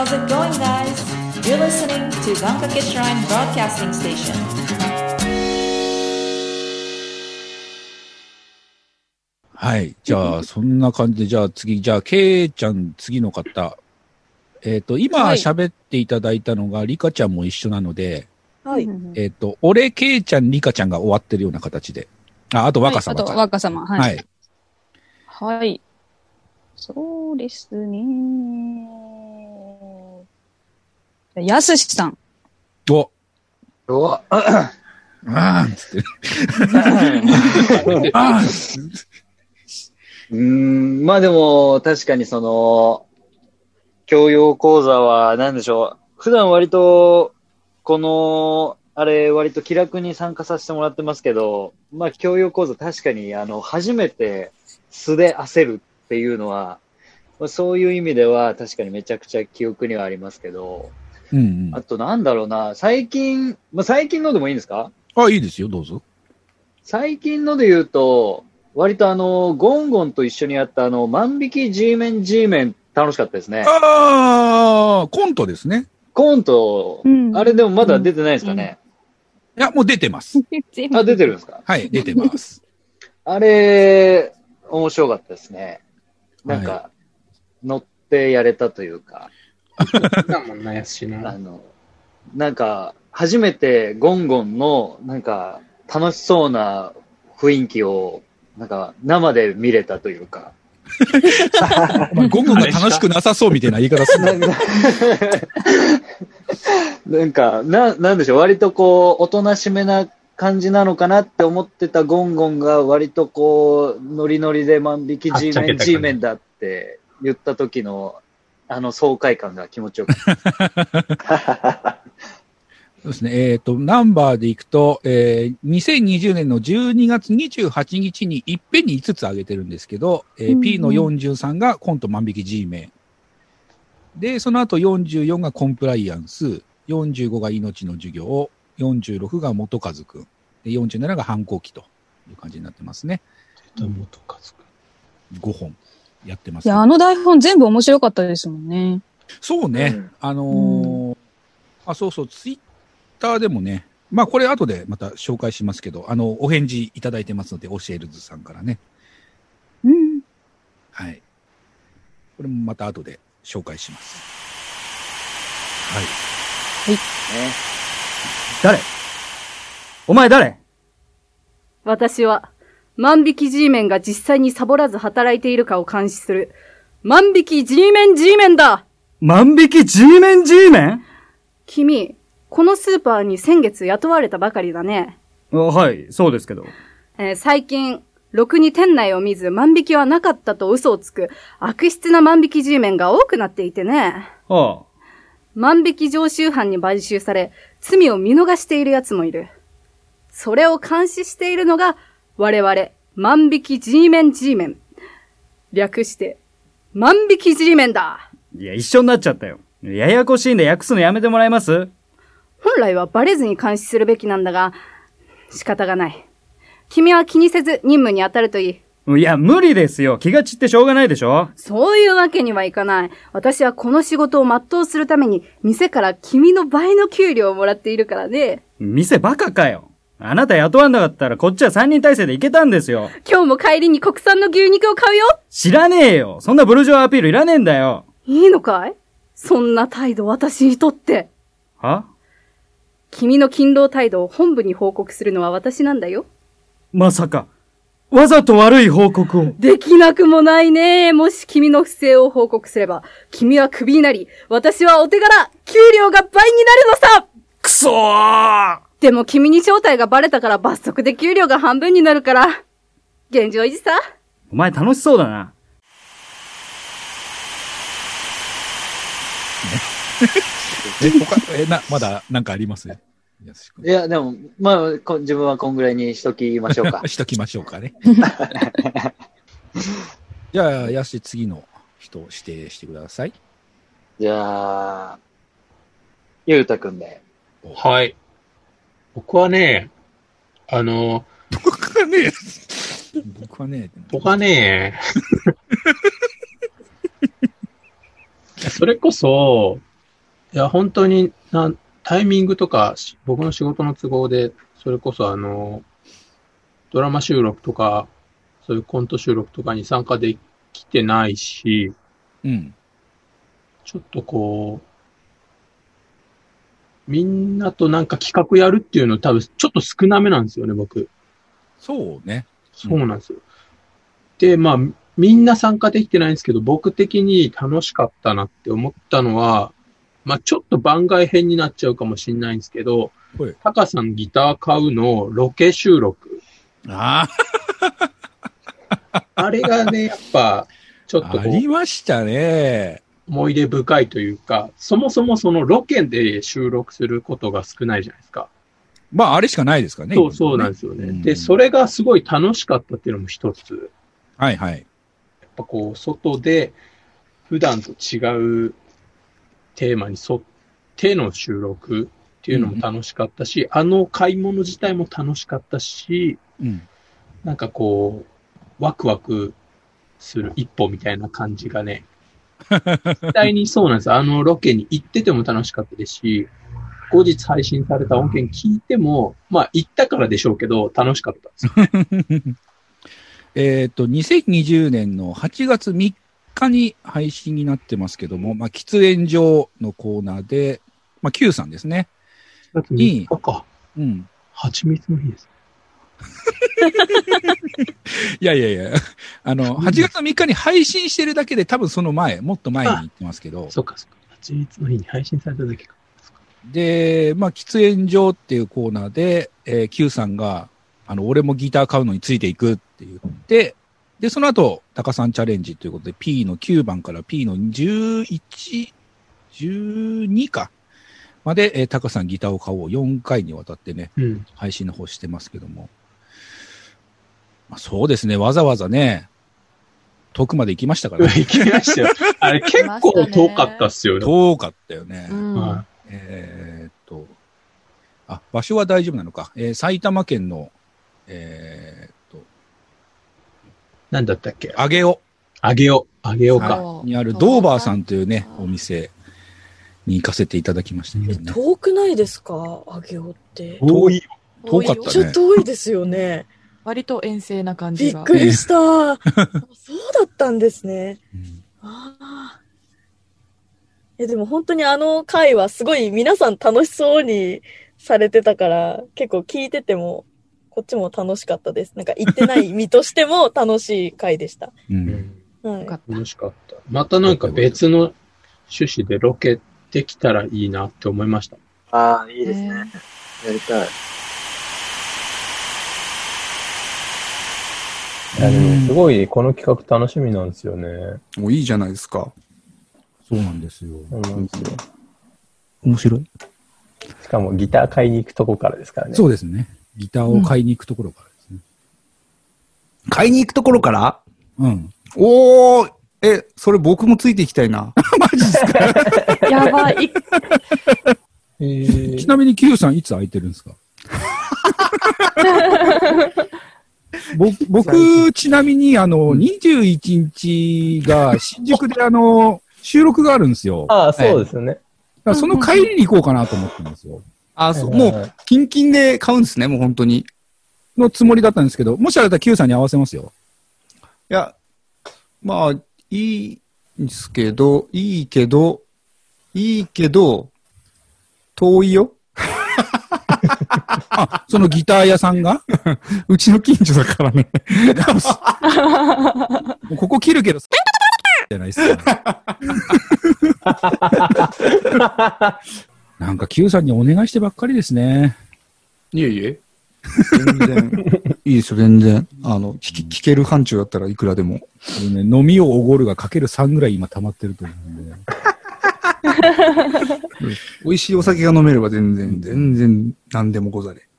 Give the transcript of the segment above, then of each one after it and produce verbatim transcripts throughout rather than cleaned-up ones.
How's it going, guys? You're listening to Gankake Shrine Broadcasting Station. はい。じゃあ、そんな感じで、じゃあ次、じゃあ、ケイちゃん、次の方。えっ、ー、と、今喋っていただいたのが、リカちゃんも一緒なので、はい。えっ、ー、と、俺、ケイちゃん、リカちゃんが終わってるような形で。あ、あと若様か。 はい、あと若様。はい。 はい。 はい。そうですね。やすしさん。 お。 お。ああーんつって。あーん。 うーん、まあでも、確かにその、教養講座は何でしょう。普段割と、この、あれ、割と気楽に参加させてもらってますけど、まあ教養講座確かに、あの、初めて素で焦るっていうのは、そういう意味では確かにめちゃくちゃ記憶にはありますけど、 うんうん、 あとなんだろうな、最近、まあ最近のでもいいんですか？ あ、いいですよ、どうぞ。 最近ので言うと、割とあの、ゴンゴンと一緒にやったあの、万引き G メン G メン楽しかったですね。 ああ、コントですね。 コント、うん、あれでもまだ出てないですかね。 うん、いや、もう出てます。 あ、出てるんですか？ はい、出てます。 あれ、面白かったですね。なんか、はい、乗ってやれたというか。 だもんなやしな。 あの、なんか、初めてゴンゴンの、なんか、楽しそうな雰囲気を、なんか、生で見れたというか。 ゴンゴンが楽しくなさそうみたいな言い方する。 なんか、な、なんでしょう、割とこう、おとなしめな感じなのかなって思ってたゴンゴンが、割とこう、ノリノリで万引き G メン、G メンだって言った時の、あの爽快感が気持ちよかった。 そうですね。えっ、ー、と、ナンバーでいくと、えー、にせんにじゅうねんのじゅうにがつにじゅうはちにちにいっぺんにいつつ上げてるんですけど、えーうんうん、P のよんじゅうさんがコント万引き G メン。で、その後よんじゅうよんがコンプライアンス、よんじゅうごが命の授業、よんじゅうろくが元和くん、でよんじゅうななが反抗期という感じになってますね。 元和くん。ごほんやってます、ね。 いや、あの台本全部面白かったですもんね。 そうね。うん、あのーうん、あ、そうそう、ツイッターでもね、まあこれ後でまた紹介しますけど、あの、お返事いただいてますので、オシェルズさんからね。 うん。 はい。これもまた後で紹介します。はい。 はい。 ね、誰？お前誰？ 私は、万引き G メンが実際にサボらず働いているかを監視する、万引き G メン G メンだ！ 万引き G メン G メン？ 君、このスーパーに先月雇われたばかりだね。 はい、そうですけど。 えー、最近、ろくに店内を見ず万引きはなかったと嘘をつく悪質な万引き G メンが多くなっていてね。 はあ。 万引き常習犯に買収され、罪を見逃している奴もいる。それを監視しているのが、我々、万引き G メン G メン。略して、万引き G メンだ。 いや、一緒になっちゃったよ。ややこしいんで訳すのやめてもらえます？ 本来はバレずに監視するべきなんだが、仕方がない。君は気にせず任務に当たるといい。 いや、無理ですよ。気が散ってしょうがないでしょ。 そういうわけにはいかない。私はこの仕事を全うするために、店から君の倍の給料をもらっているからね。 店バカかよ。あなた雇わんなかったらこっちはさんにん体制で行けたんですよ。 今日も帰りに国産の牛肉を買うよ。 知らねえよ。そんなブルジョアアピールいらねえんだよ。 いいのかい？そんな態度私にとって。 は？ 君の勤労態度を本部に報告するのは私なんだよ。 まさか、わざと悪い報告を。 できなくもないね。もし君の不正を報告すれば、君はクビになり、私はお手柄、給料が倍になるのさ。 くそー！ でも君に正体がバレたから罰則で給料が半分になるから、現状維持さ。 お前楽しそうだな。 え、他、え、な、まだなんかあります？いや、でも、まあ、こ自分はこんぐらいにしときましょうか。 しときましょうかね。じゃあ、やし、次の人を指定してください。 じゃあ、ゆうたくんで。 はい。僕はね、あの、 僕はね、僕はね、 僕はね、それこそ、 いや、本当にな、タイミングとか、僕の仕事の都合で、それこそあの、ドラマ収録とか、そういうコント収録とかに参加できてないし、 うん。 ちょっとこう、みんなとなんか企画やるっていうの多分ちょっと少なめなんですよね、僕。 そうね。 そうなんですよ。で、まあ、みんな参加できてないんですけど、僕的に楽しかったなって思ったのは、まあちょっと番外編になっちゃうかもしれないんですけど、タカさんギター買うのロケ収録。 ああ。あれがね、やっぱ、ちょっとこう。 ありましたね。 思い出深いというか、そもそもそのロケで収録することが少ないじゃないですか。 まあ、あれしかないですからね。 そう、そうなんですよね。うん、で、それがすごい楽しかったっていうのも一つ。 はいはい。 やっぱこう、外で普段と違うテーマに沿っての収録っていうのも楽しかったし、うん、あの買い物自体も楽しかったし、うん、なんかこう、ワクワクする一歩みたいな感じがね、絶対にそうなんです。あのロケに行ってても楽しかったですし、後日配信された音源聞いても、まあ行ったからでしょうけど、楽しかったです、ね。 えっと、にせんにじゅうねんのはちがつみっかに配信になってますけども、まあ、喫煙所のコーナーで、まあ、Q さんですね。 はちがつみっかか。 うん。 蜂蜜の日です。 いやいやいや、あの、はちがつみっかに配信してるだけで多分その前、もっと前に行ってますけど。 そうかそうか。蜂蜜の日に配信されただけか。 で、まあ、喫煙所っていうコーナーで、えー、Q さんが、あの、俺もギター買うのについていくって言って、で、その後、タカさんチャレンジということで、P のきゅうばんから P のじゅういち、じゅうにかまで、えー、タカさんギターを買おうよんかいにわたってね、うん、配信の方してますけども。まあ、そうですね、わざわざね、遠くまで行きましたからね。 行きましたよ。あれ結構遠かったっすよね。 遠かったよね。 うん、 えー、っと、あ、場所は大丈夫なのか。えー、埼玉県の、えー、っと、 なんだったっけ？ 上尾。 上尾。上尾か。 はい、にあるドーバーさんというね、お店に行かせていただきましたけどね。 遠くないですか？上尾って。 遠い。 遠かったね。 ちょっと遠いですよね。 割と遠征な感じが。 びっくりした。そうだったんですね。うん、ああ。え、でも本当にあの回はすごい皆さん楽しそうにされてたから、結構聞いてても、こっちも楽しかったです。なんか行ってない身としても楽しい回でした。 うん。 はい、 楽しかった。またなんか別の趣旨でロケできたらいいなって思いました。 ああ、いいですね。やりたい。 いやでもすごいこの企画楽しみなんですよね。 もういいじゃないですか。 そうなんですよ。 そうなんですよ。 面白い。 しかもギター買いに行くとこからですからね。 そうですね。ギターを買いに行くところからですね。 うん、買いに行くところから？ うん。 おー、え、それ僕もついていきたいな。 マジですか？ やばい。 えー、ちなみに Q さんいつ空いてるんですか？僕、僕、ちなみに、あの、にじゅういちにちが、新宿で、あの、収録があるんですよ。 ああ、そうですよね。 だからその帰りに行こうかなと思ってるんですよ。 ああ、そう。もう、キンキンで買うんですね、もう本当に。のつもりだったんですけど、もしあれだったら Q さんに合わせますよ。 いや、まあ、いいんですけど、いいけど、いいけど、遠いよ。 あ、そのギター屋さんがうちの近所だからね。 もうここ切るけど、じゃないですか。なんか Q さんにお願いしてばっかりですね。 いえいえ。全然、いいですよ、全然。あの、聞, 聞ける範疇だったらいくらでも。 これね、飲みをおごるがかけるさんぐらい今溜まってると思うんで。 美味しいお酒が飲めれば全然、全然何でもござれ。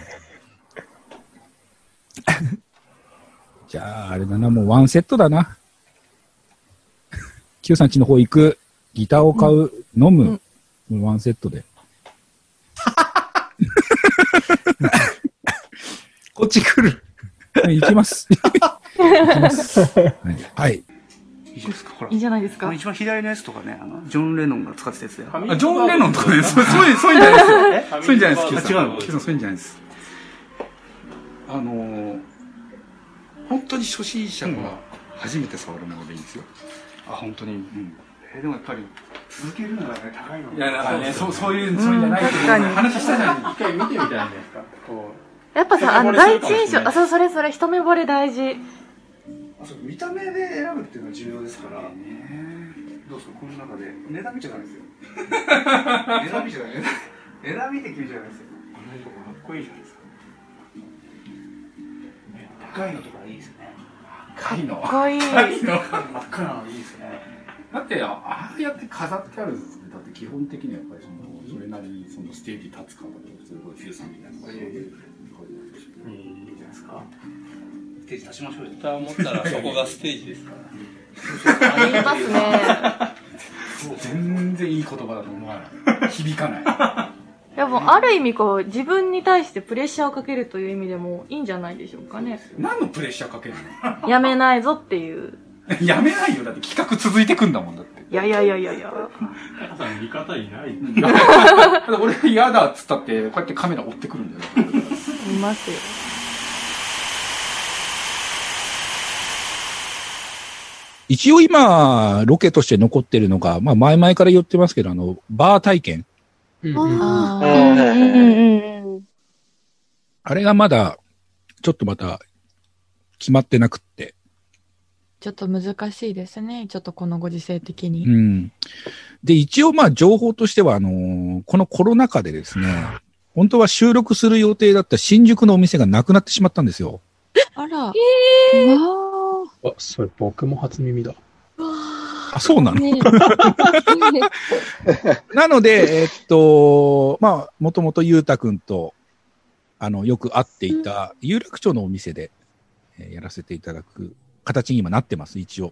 じゃあ、あれだな、もうワンセットだな。Q さん家の方行く、ギターを買う、うん、飲む、うん、もうワンセットで。 こっち来る。 行きます。行きます。はい。はい、 いいですか？ほら。 いいんじゃないですか。 一番左のやつとかね、あの、ジョン・レノンが使ってたやつだよ。 あ、ジョン・レノンとかね、そうそういう、そういうんじゃないですよ。そういうんじゃないです。 あ、違うの？ そういうんじゃないです。あのー、本当に初心者が初めて触るものでいいんですよ。 あ、本当に。うん。えー、でもやっぱり、続けるならね、高いの。 いや、だからね、そう、そういう、そういうんじゃないけど、話したじゃない一回見てみたいじゃないですか。こやっぱさ、あの、第一印象、あ、そう、それそれ、一目惚れ大事。 見た目で選ぶっていうのは重要ですから、ね、どうですか、この中で値段見ちゃダメですよ。値段見ちゃダメ。値段見て決めちゃダメですよ。同じとこかっこいいじゃないですか。赤いのとかいいですね。 赤いの。 かっこいい。 赤いの。 真っ赤なのいいですね。 だってああやって飾ってあるってだって基本的にはやっぱりそのそれなりにそのステージ立つ方とそれこそフィルさんみたいな。いいじゃないですか。ステージ立ちましょうよ。 と思ったらそこがステージですから。 ありますね。 全然いい言葉だと思わない。響かない。 いやもうある意味こう自分に対してプレッシャーをかけるという意味でもいいんじゃないでしょうかね。 何のプレッシャーかけるの？やめないぞっていう。 やめないよ。だって企画続いてくんだもんだって。 いやいやいやいやいや。 タカさん味方いない。 俺嫌だっつったってこうやってカメラ追ってくるんだよ。 いますよ。 一応今ロケとして残ってるのが、まあ前々から言ってますけど、あのバー体験。 ああれがまだちょっとまた決まってなくって。 ちょっと難しいですね。ちょっとこのご時世的に。 うん。で、一応まあ情報としては、あのー、このコロナ禍でですね、本当は収録する予定だった新宿のお店がなくなってしまったんですよ。 あら。 えー、 あ、それ僕も初耳だ。 あ、そうなの、ね、なので、えー、っと、まあ、もともとゆうたくんと、あの、よく会っていた有楽町のお店で、えー、やらせていただく形に今なってます、一応。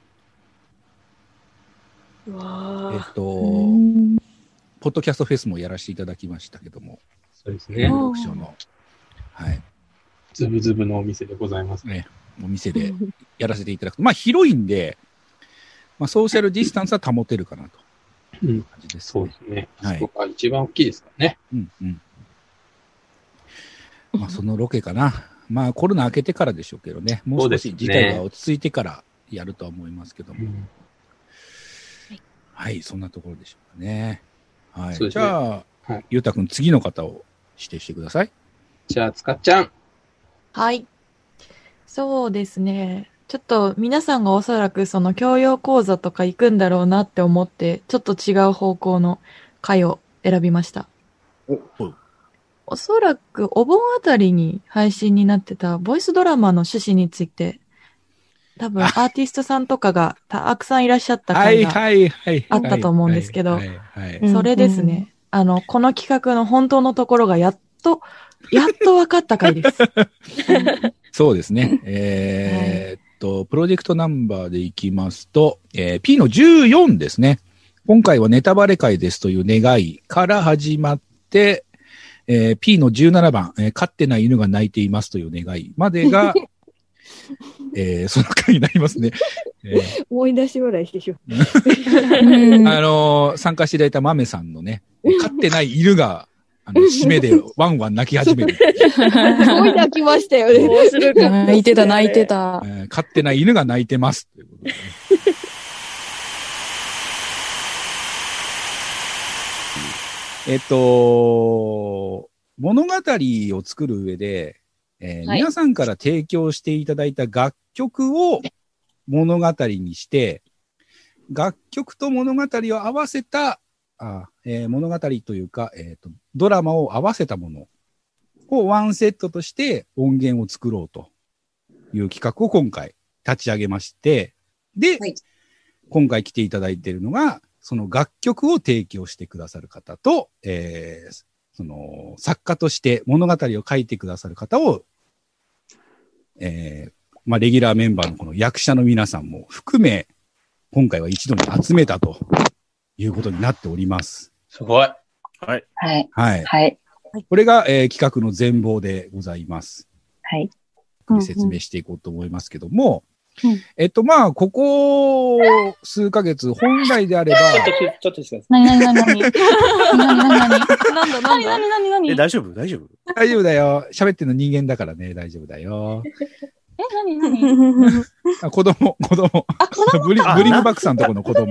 うわえー、っと、ポッドキャストフェスもやらせていただきましたけども。 そうですね。 有楽町の。はい。 ズブズブのお店でございますね。お店でやらせていただくと。まあ、広いんで、まあ、ソーシャルディスタンスは保てるかなという感じですね。 うん、そうですね。 はい。 そこが一番大きいですからね。 うんうん。まあ、そのロケかな。まあ、コロナ明けてからでしょうけどね。もう少し事態が落ち着いてからやるとは思いますけども。うん、はい、そんなところでしょうかね。はい。ね、じゃあ、はい、ゆうたくん、次の方を指定してください。 じゃあ、つかっちゃん。 はい。そうですね。ちょっと皆さんがおそらくその教養講座とか行くんだろうなって思って、ちょっと違う方向の回を選びました。 お、お、 おそらくお盆あたりに配信になってたボイスドラマの趣旨について、多分アーティストさんとかがたくさんいらっしゃった回があったと思うんですけど、それですね。あの、この企画の本当のところがやっと、やっと分かった回です。 そうですね。えー、っと、プロジェクトナンバーでいきますと、えー、P のじゅうよんですね。今回はネタバレ会ですという願いから始まって、えー、P のじゅうななばん、えー、飼ってない犬が泣いていますという願いまでが、えー、その回になりますね。 えー、思い出し笑いでしょ。 あのー、参加していただいた豆さんのね、飼ってない犬が、あの、締めでワンワン泣き始める。 すごい泣きましたよね。面白かった、ね。 泣いてた泣いてた。 えー、飼ってない犬が泣いてます。ということでね、えっと、物語を作る上で、えーはい、皆さんから提供していただいた楽曲を物語にして、楽曲と物語を合わせたあ、えー、物語というか、えーと、ドラマを合わせたものをワンセットとして音源を作ろうという企画を今回立ち上げまして、で、はい、今回来ていただいているのが、その楽曲を提供してくださる方と、えー、その作家として物語を書いてくださる方を、えー、まあ、レギュラーメンバーのこの役者の皆さんも含め、今回は一度に集めたということになっております。 すごい。 はい。 はい。はい。はい。これが、えー、企画の全貌でございます。 はい。 説明していこうと思いますけども、 えっと、まあ、ここ数ヶ月、本来であれば、 ちょっと、ちょっとですね。 なになになになになになになになんだなんだなになになになにえ、大丈夫大丈夫大丈夫だよ。喋ってるの人間だからね、大丈夫だよ。 え、なになにあ、子供、子供。 あ、子供ブリブリングバックさんとこの子供。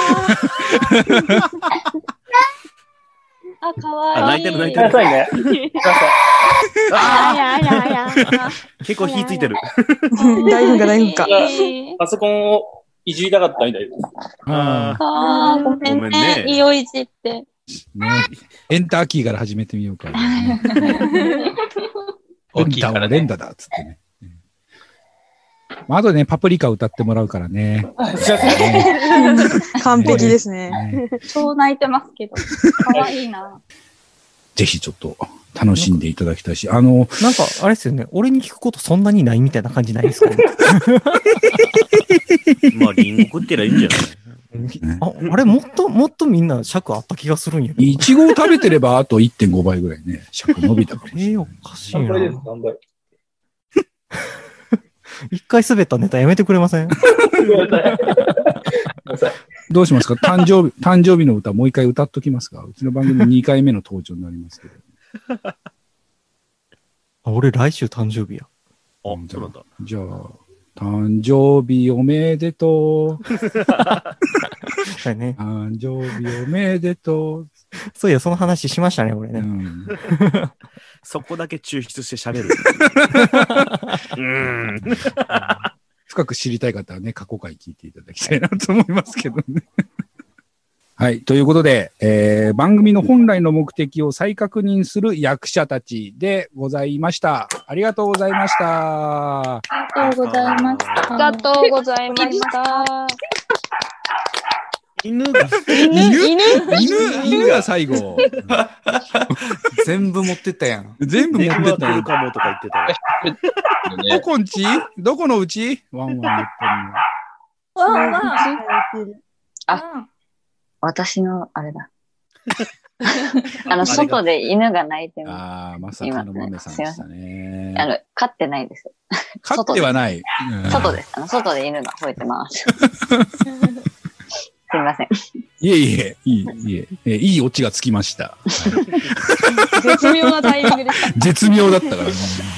あ、かわいい。 あ、泣いてる泣いてる。 くださいね。ください。 あやややや。 結構火ついてる。 大丈夫か大丈夫か。 パソコンをいじりたかったみたいです。 ああー、ごめんごめんね。 ねいいおいじって。 ね。エンターキーから始めてみようか。エンターは連打だっつってね。まあ、あとね、パプリカ歌ってもらうからね。 すいません。 完璧ですね。 超泣いてますけど。かわいいな。 ぜひちょっと楽しんでいただきたいし、あの、 なんか、あれですよね。俺に聞くことそんなにないみたいな感じないですかね。 まあ、リンゴ食ってりゃいいんじゃないああれ、もっと、もっとみんな尺あった気がするんやけど。 いちごを食べてればあといってんごばいぐらいね、尺伸びたかもしれない。 ええ、おかしいな。 何倍です何倍。 一回滑ったネタやめてくれません？ どうしますか？誕生日、誕生日の歌もう一回歌っときますか？うちの番組にかいめの登場になりますけど。 あ、俺来週誕生日や。 あ、そうなんだ。 じゃあ、誕生日おめでとう。 はいね。 誕生日おめでとう。 そういや、その話しましたね、俺ね。 うんそこだけ抽出して喋る。うーん。 深く知りたい方はね、過去回聞いていただきたいなと思いますけどね。はい。ということで、えー、番組の本来の目的を再確認する役者たちでございました。ありがとうございました。 ありがとうございました。 ありがとうございました。 犬が。 犬犬犬犬が最後。 全部持ってったやん。 全部持ってったやん。 かもとか言ってた。 どこんちどこのうちワンワン言ってわんわん。 あ、私の、あれだ。あの、外で犬が鳴いてます。 ああ、まさかの豆さんでしたね。 あの、飼ってないです。 飼ってはない。 外です。あの、外で犬が吠えてます。すみません。 いえいえ、いい、いえ、えいいオチがつきました。 絶妙なタイミングでした。 絶妙だったからね。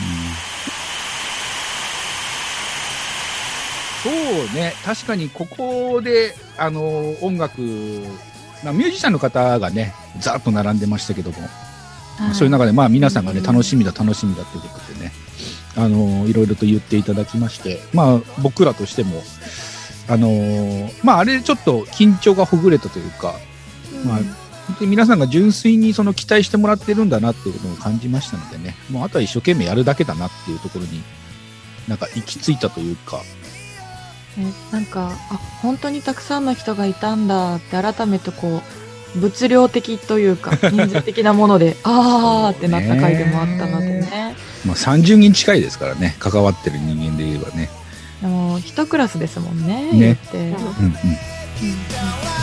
そうね、確かにここで、あの、音楽、まあ、ミュージシャンの方がね、ざーっと並んでましたけども、はい、そういう中で、まあ皆さんがね、楽しみだ、楽しみだっていうことでね、あの、いろいろと言っていただきまして、まあ僕らとしても、あのー、まああれちょっと緊張がほぐれたというか、うん、まあ本当に皆さんが純粋にその期待してもらってるんだなっていうことを感じましたのでね、もうあとは一生懸命やるだけだなっていうところになんか行き着いたというか、 えなんかあ本当にたくさんの人がいたんだって改めてこう物量的というか人数的なものであーってなった回でもあったのでね。 まあさんじゅうにん近いですからね、関わってる人間で言えばね。 でも一クラスですもんね。 ね。 言って。 うんうん。